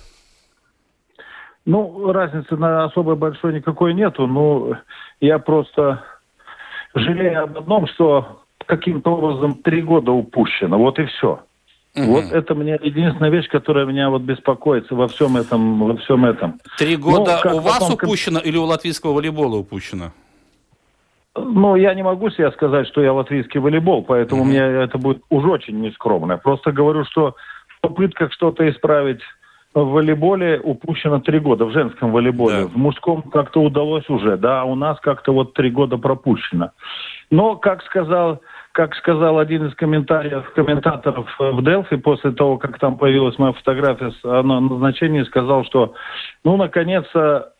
Ну, разницы на особо большой никакой нету. Ну, я просто жалею об одном, что каким-то образом три года упущено. Вот и все. Угу. Вот это мне единственная вещь, которая меня вот беспокоит во всем этом. Во всем этом. Три года ну, у вас потом... упущено или у латвийского волейбола упущено? Ну, я не могу себе сказать, что я латвийский волейбол, поэтому угу. мне это будет уж очень нескромно. Просто говорю, что в попытках что-то исправить в волейболе упущено три года, в женском волейболе. Да. В мужском как-то удалось уже, да, а у нас как-то вот три года пропущено. Но, как сказал, как сказал один из комментариев, комментаторов в Делфи, после того, как там появилась моя фотография о назначении, сказал, что, ну, наконец-то,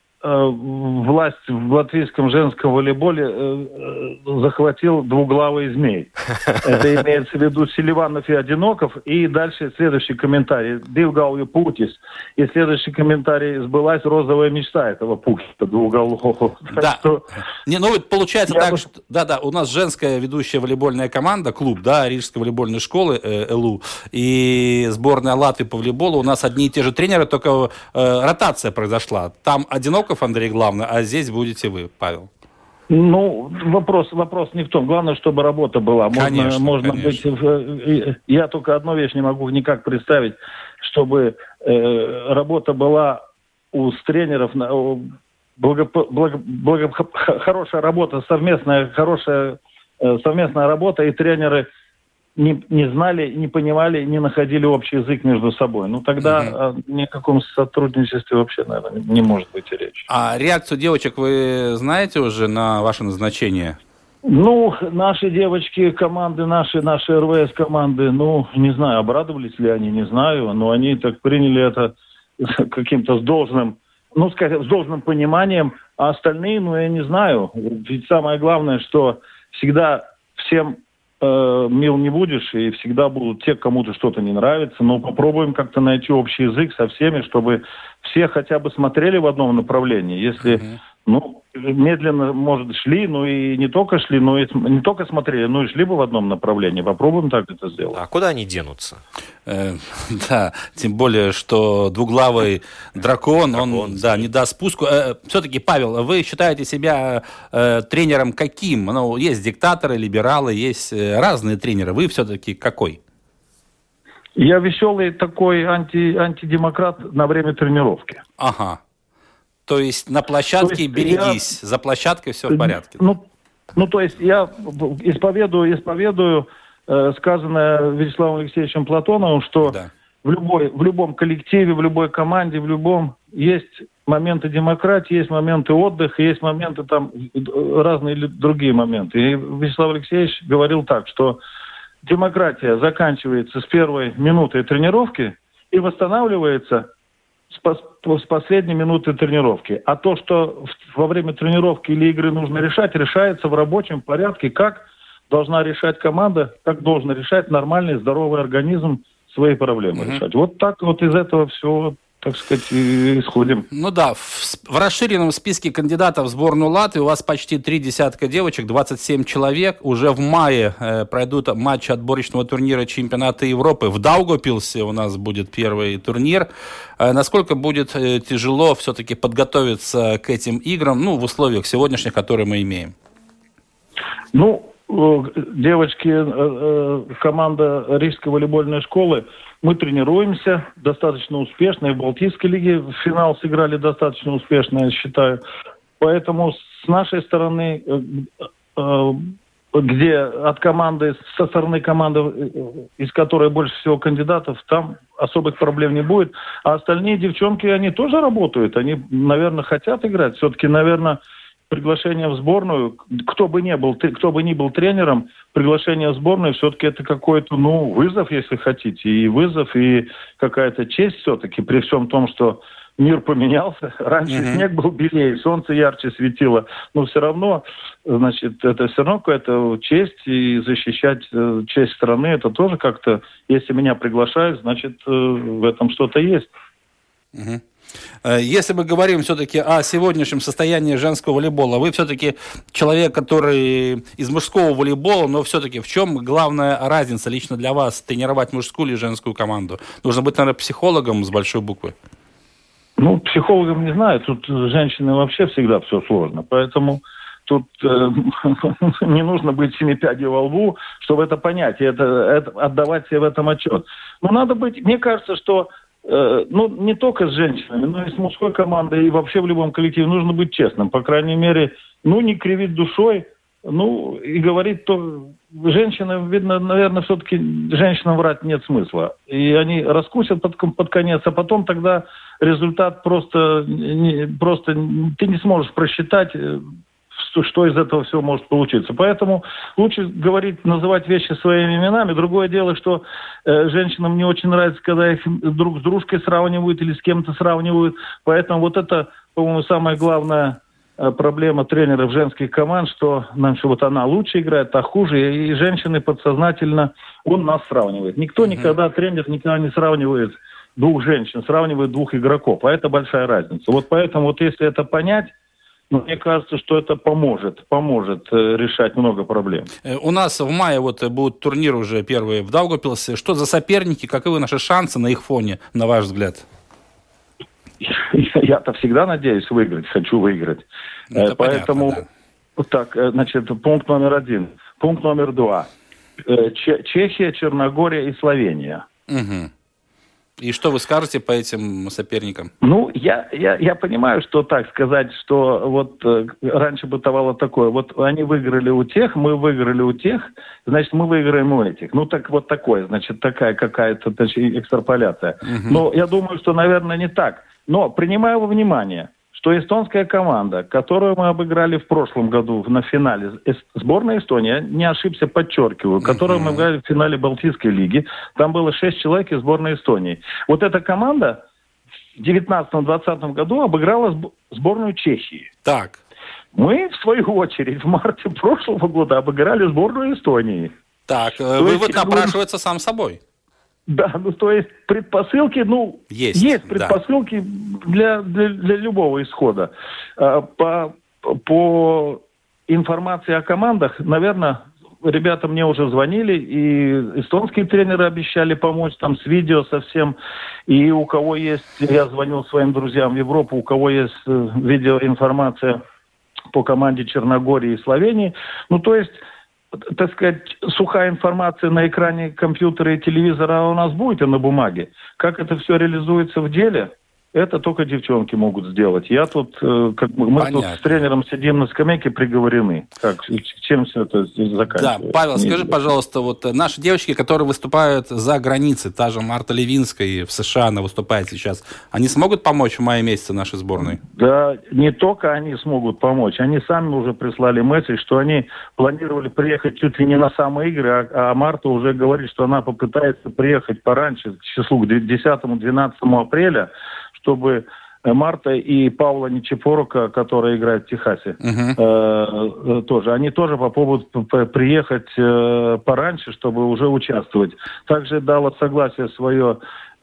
власть в латвийском женском волейболе э, захватил двуглавый змей. Это имеется в виду Селиванов и Одиноков. И дальше следующий комментарий. Дивгалью Путис. И следующий комментарий. Сбылась розовая мечта этого Путиса двуголового. Да. Что... Не, ну, получается Я так, бы... что... Да-да, у нас женская ведущая волейбольная команда, клуб, да, Рижской волейбольной школы, э, ЭЛУ, и сборная Латвии по волейболу. У нас одни и те же тренеры, только э, ротация произошла. Там Одиноков Андрей главный, а здесь будете вы, Павел. Ну, вопрос, вопрос не в том. Главное, чтобы работа была. Можно, конечно, можно конечно. быть. Я только одну вещь не могу никак представить, чтобы э, работа была у тренеров, благо, благо, благо, хорошая работа, совместная, хорошая э, совместная работа, и тренеры не, не знали, не понимали, не находили общий язык между собой. Ну, тогда угу. о никаком сотрудничестве вообще, наверное, не может быть и речи. А реакцию девочек вы знаете уже на ваше назначение? Ну, наши девочки, команды, наши, наши эр вэ эс команды, ну, не знаю, обрадовались ли они, не знаю, но они так приняли это каким-то с должным, ну, скажем, с должным пониманием, а остальные, ну, я не знаю. Ведь самое главное, что всегда всем мил не будешь, и всегда будут те, кому-то что-то не нравится, но попробуем как-то найти общий язык со всеми, чтобы все хотя бы смотрели в одном направлении. Если, uh-huh. ну, медленно, может, шли, ну и не только шли, но и не только смотрели, но и шли бы в одном направлении. Попробуем так это сделать. А куда они денутся? Э, да, тем более, что двуглавый дракон, дракон он да, не даст спуску. Э, все-таки, Павел, вы считаете себя э, тренером каким? Ну, есть диктаторы, либералы, есть э, разные тренеры. Вы все-таки какой? Я веселый такой анти, антидемократ на время тренировки. Ага. То есть на площадке есть берегись, я... за площадкой все в порядке. Ну, ну то есть я исповедую, исповедую э, сказанное Вячеславом Алексеевичем Платоновым, что да. в, любой, в любом коллективе, в любой команде, в любом есть моменты демократии, есть моменты отдыха, есть моменты там, разные другие моменты. И Вячеслав Алексеевич говорил так, что демократия заканчивается с первой минуты тренировки и восстанавливается с последней минуты тренировки. А то, что во время тренировки или игры нужно решать, решается в рабочем порядке, как должна решать команда, как должен решать нормальный, здоровый организм свои проблемы mm-hmm. решать. Вот так вот из этого всего так сказать, исходим. Ну да, в, в расширенном списке кандидатов в сборную Латвии у вас почти три десятка девочек, двадцать семь человек. Уже в мае э, пройдут матчи отборочного турнира чемпионата Европы. В Даугавпилсе у нас будет первый турнир. Э, насколько будет э, тяжело все-таки подготовиться к этим играм, ну, в условиях сегодняшних, которые мы имеем? Ну, девочки, команда Рижской волейбольной школы, мы тренируемся достаточно успешно. И в Балтийской лиге в финал сыграли достаточно успешно, я считаю. Поэтому с нашей стороны, где от команды, со стороны команды, из которой больше всего кандидатов, там особых проблем не будет. А остальные девчонки, они тоже работают. Они, наверное, хотят играть. Все-таки, наверное, приглашение в сборную, кто бы ни был, кто бы ни был тренером, приглашение в сборную все-таки это какой-то, ну, вызов, если хотите, и вызов, и какая-то честь все-таки, при всем том, что мир поменялся. Раньше mm-hmm. снег был белее, солнце ярче светило, но все равно, значит, это все равно какая-то честь, и защищать э, честь страны, это тоже как-то, если меня приглашают, значит, э, в этом что-то есть. Mm-hmm. Если мы говорим все-таки о сегодняшнем состоянии женского волейбола, вы все-таки человек, который из мужского волейбола, но все-таки в чем главная разница лично для вас тренировать мужскую или женскую команду? Нужно быть, наверное, психологом с большой буквы. Ну, психологом не знаю, тут с женщиной вообще всегда все сложно, поэтому тут э, не нужно быть семи пядей во лбу, чтобы это понять, и это, это, отдавать себе в этом отчет. Но надо быть, мне кажется, что ну, не только с женщинами, но и с мужской командой, и вообще в любом коллективе нужно быть честным. По крайней мере, ну, не кривить душой, ну, и говорить то... Женщинам, видно, наверное, все-таки женщинам врать нет смысла. И они раскусят под, под конец, а потом тогда результат просто... Не, просто ты не сможешь просчитать, что из этого всего может получиться. Поэтому лучше говорить, называть вещи своими именами. Другое дело, что э, женщинам не очень нравится, когда их друг с дружкой сравнивают или с кем-то сравнивают. Поэтому вот это, по-моему, самая главная э, проблема тренеров женских команд, что, что вот она лучше играет, а хуже. И женщины подсознательно, он нас сравнивает. Никто mm-hmm. никогда, тренер никогда не сравнивает двух женщин, сравнивает двух игроков. А это большая разница. Вот поэтому, вот если это понять, ну, мне кажется, что это поможет, поможет э, решать много проблем. У нас в мае вот будут турниры уже первые в Даугавпилсе. Что за соперники, каковы наши шансы на их фоне, на ваш взгляд? Я-то всегда надеюсь выиграть, хочу выиграть. Это Поэтому, понятно, да. Так, значит, пункт номер один. Пункт номер два. Чехия, Черногория и Словения. Угу. И что вы скажете по этим соперникам? Ну, я, я, я понимаю, что так сказать, что вот э, раньше бытовало такое, вот они выиграли у тех, мы выиграли у тех, значит, мы выиграем у этих. Ну, так вот такое, значит, такая какая-то точнее, экстраполяция. Угу. Но я думаю, что, наверное, не так. Но принимаю во внимание, что эстонская команда, которую мы обыграли в прошлом году на финале, сборная Эстонии, не ошибся, подчеркиваю, которую мы обыграли в финале Балтийской лиги, там было шесть человек из сборной Эстонии. Вот эта команда в девятнадцатом-двадцатом году обыграла сборную Чехии. Так. Мы, в свою очередь, в марте прошлого года обыграли сборную Эстонии. Так, то вывод есть, напрашивается сам собой. Да, ну то есть предпосылки, ну, есть, есть предпосылки да. для, для, для любого исхода. По, по информации о командах, наверное, ребята мне уже звонили, и эстонские тренеры обещали помочь там с видео совсем. И у кого есть, я звонил своим друзьям в Европу, у кого есть видеоинформация по команде Черногории и Словении. Ну то есть, так сказать, сухая информация на экране компьютера и телевизора у нас будет и на бумаге. Как это все реализуется в деле, это только девчонки могут сделать. Я тут, как мы Понятно. Тут с тренером сидим на скамейке, приговорены. Как, чем все это заканчивается? Да, Павел, Не скажи, пожалуйста, вот наши девочки, которые выступают за границей, та же Марта Левинская в США, она выступает сейчас, они смогут помочь в мае месяце нашей сборной? Да, не только они смогут помочь, они сами уже прислали месседж, что они планировали приехать чуть ли не на самые игры, а, а Марта уже говорит, что она попытается приехать пораньше, к числу к десятому-двенадцатому апреля, чтобы Марта и Паула Ничепорука, который играет в Техасе. Uh-huh. Э, тоже. Они тоже попробуют приехать э, пораньше, чтобы уже участвовать. Также дала согласие свое э,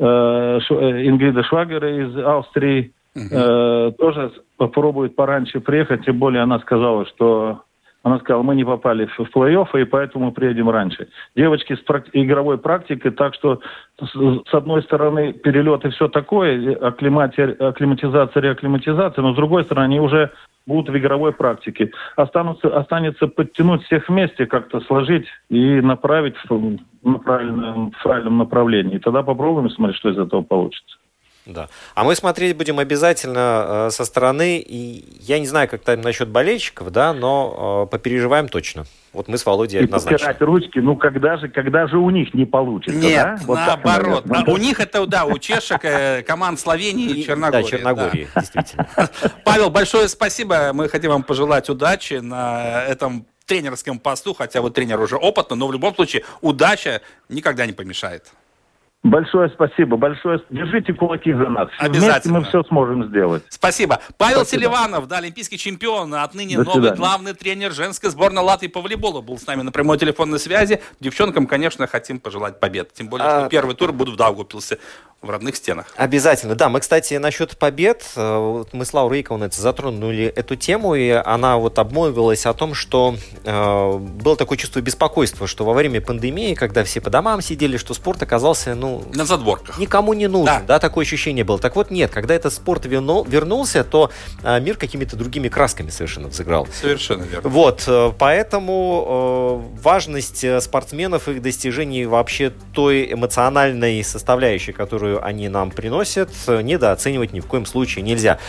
Ингрида Швагер из Австрии. Uh-huh. Э, тоже попробует пораньше приехать, тем более она сказала, что Она сказала, мы не попали в плей-офф, и поэтому приедем раньше. Девочки с прак- игровой практикой, так что с, с одной стороны перелет и все такое, акклимати- акклиматизация, реакклиматизация, но с другой стороны они уже будут в игровой практике. Останутся, останется подтянуть всех вместе, как-то сложить и направить в, на правильном, в правильном направлении. И тогда попробуем смотреть, что из этого получится. Да. А мы смотреть будем обязательно э, со стороны, и я не знаю, как там насчет болельщиков, да, но э, попереживаем точно. Вот мы с Володей и однозначно. Потирать ручки, ну когда же, когда же у них не получится, Нет, да? Вот наоборот. Так, а у них это, да, у чешек, команд Словении и Черногории. Да, Черногории, да. Действительно. Павел, большое спасибо. Мы хотим вам пожелать удачи на этом тренерском посту, хотя вы тренер уже опытный, но в любом случае удача никогда не помешает. Большое спасибо, большое. Держите кулаки за нас. Обязательно. Вместе мы все сможем сделать. Спасибо. Павел спасибо. Селиванов, да, олимпийский чемпион, отныне До новый свидания. Главный тренер женской сборной Латвии по волейболу, был с нами на прямой телефонной связи. Девчонкам, конечно, хотим пожелать побед. Тем более, а... что первый тур будут в Даугавпилсе, в родных стенах. Обязательно, да. Мы, кстати, насчет побед, мы с Лаурой Икауне затронули эту тему, и она вот обмолвилась о том, что э, было такое чувство беспокойства, что во время пандемии, когда все по домам сидели, что спорт оказался, ну... на задворках. Никому не нужен, да. да, такое ощущение было. Так вот, нет, когда этот спорт вернул, вернулся, то э, мир какими-то другими красками совершенно взыграл. Совершенно верно. Вот, э, поэтому э, важность спортсменов, их достижений, вообще той эмоциональной составляющей, которую они нам приносят, недооценивать ни в коем случае нельзя.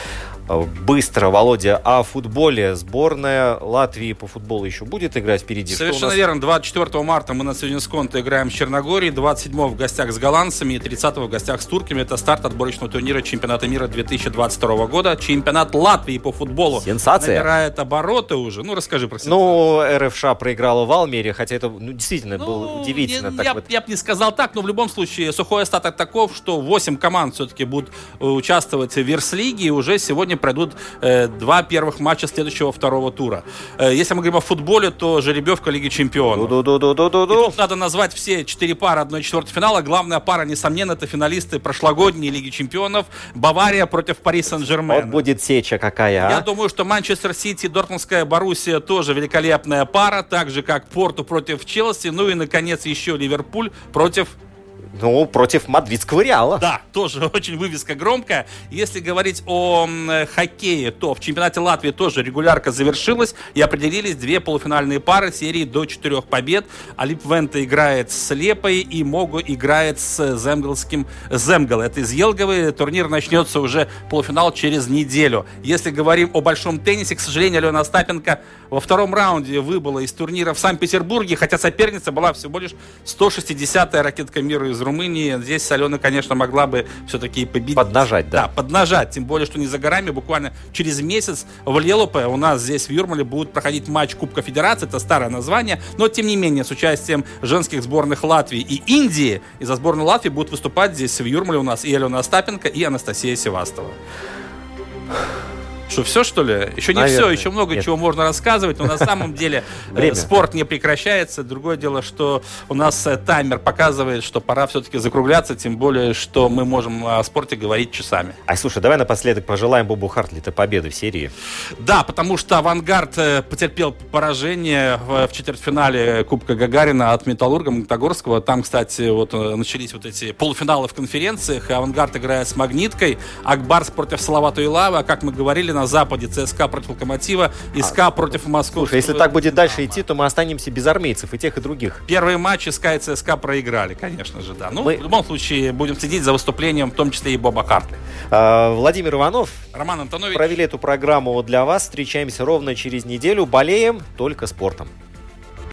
Быстро, Володя, о футболе. Сборная Латвии по футболу еще будет играть впереди. Совершенно верно. двадцать четвёртого марта мы на сегодня с Конте играем с Черногорией, двадцать седьмого в гостях с голландцами и тридцатого в гостях с турками. Это старт отборочного турнира чемпионата мира две тысячи двадцать второго года. Чемпионат Латвии по футболу. Сенсация. Набирает обороты уже. Ну, расскажи про сенсацию. Ну, эр эф ша проиграла в Алмере, хотя это ну, действительно ну, было удивительно. Я, так я, вот. я бы не сказал так, но в любом случае сухой остаток таков, что восемь команд все-таки будут участвовать в Верслиге, и уже сегодня пройдут э, два первых матча следующего второго тура. Э, если мы говорим о футболе, то жеребьевка Лиги Чемпионов. И тут надо назвать все четыре пары одного четвертого финала. Главная пара, несомненно, это финалисты прошлогодней Лиги Чемпионов. Бавария против Пари Сен-Жермен. Вот будет сеча какая, а? Я думаю, что Манчестер Сити, Дортмундская Боруссия тоже великолепная пара, так же, как Порту против Челси. Ну и, наконец, еще Ливерпуль против... Ну, против мадридского Реала. Да, тоже очень вывеска громкая. Если говорить о м, хоккее, то в чемпионате Латвии тоже регулярка завершилась и определились две полуфинальные пары серии до четырех побед. Алип Венте играет с Лепой и Могу играет с Земгалским Земгал. Это из Елговы. Турнир начнется уже полуфинал через неделю. Если говорим о большом теннисе, к сожалению, Алена Остапенко во втором раунде выбыла из турнира в Санкт-Петербурге, хотя соперница была всего лишь сто шестидесятая ракетка мира из Румынии. Здесь Алена, конечно, могла бы все-таки победить. Поднажать, да. Да, поднажать. Тем более, что не за горами. Буквально через месяц в Лелупе у нас здесь в Юрмале будет проходить матч Кубка Федерации. Это старое название. Но, тем не менее, с участием женских сборных Латвии и Индии. И за сборную Латвии будут выступать здесь в Юрмале у нас и Алена Остапенко, и Анастасия Севастова. Что, все, что ли? Еще не Наверное. все, еще много Нет. чего можно рассказывать, но на самом деле спорт не прекращается. Другое дело, что у нас таймер показывает, что пора все-таки закругляться, тем более, что мы можем о спорте говорить часами. А слушай, давай напоследок пожелаем Бобу Хартли-то победы в серии. Да, потому что «Авангард» потерпел поражение в четвертьфинале Кубка Гагарина от «Металлурга» Магнитогорского. Там, кстати, вот начались вот эти полуфиналы в конференциях. «Авангард» играет с «Магниткой», «Акбарс» против «Салавата Юлаева», как мы говорили, на Западе ЦСКА против «Локомотива», СКА а, против Москвы. Слушай, если так будет дальше идти, то мы останемся без армейцев и тех, и других. Первые матчи СКА и ЦСКА проиграли, конечно же, да. Ну, мы... в любом случае, будем следить за выступлением, в том числе и Боба Хартли. А, Владимир Иванов, Роман Антонович провели эту программу для вас. Встречаемся ровно через неделю. Болеем только спортом.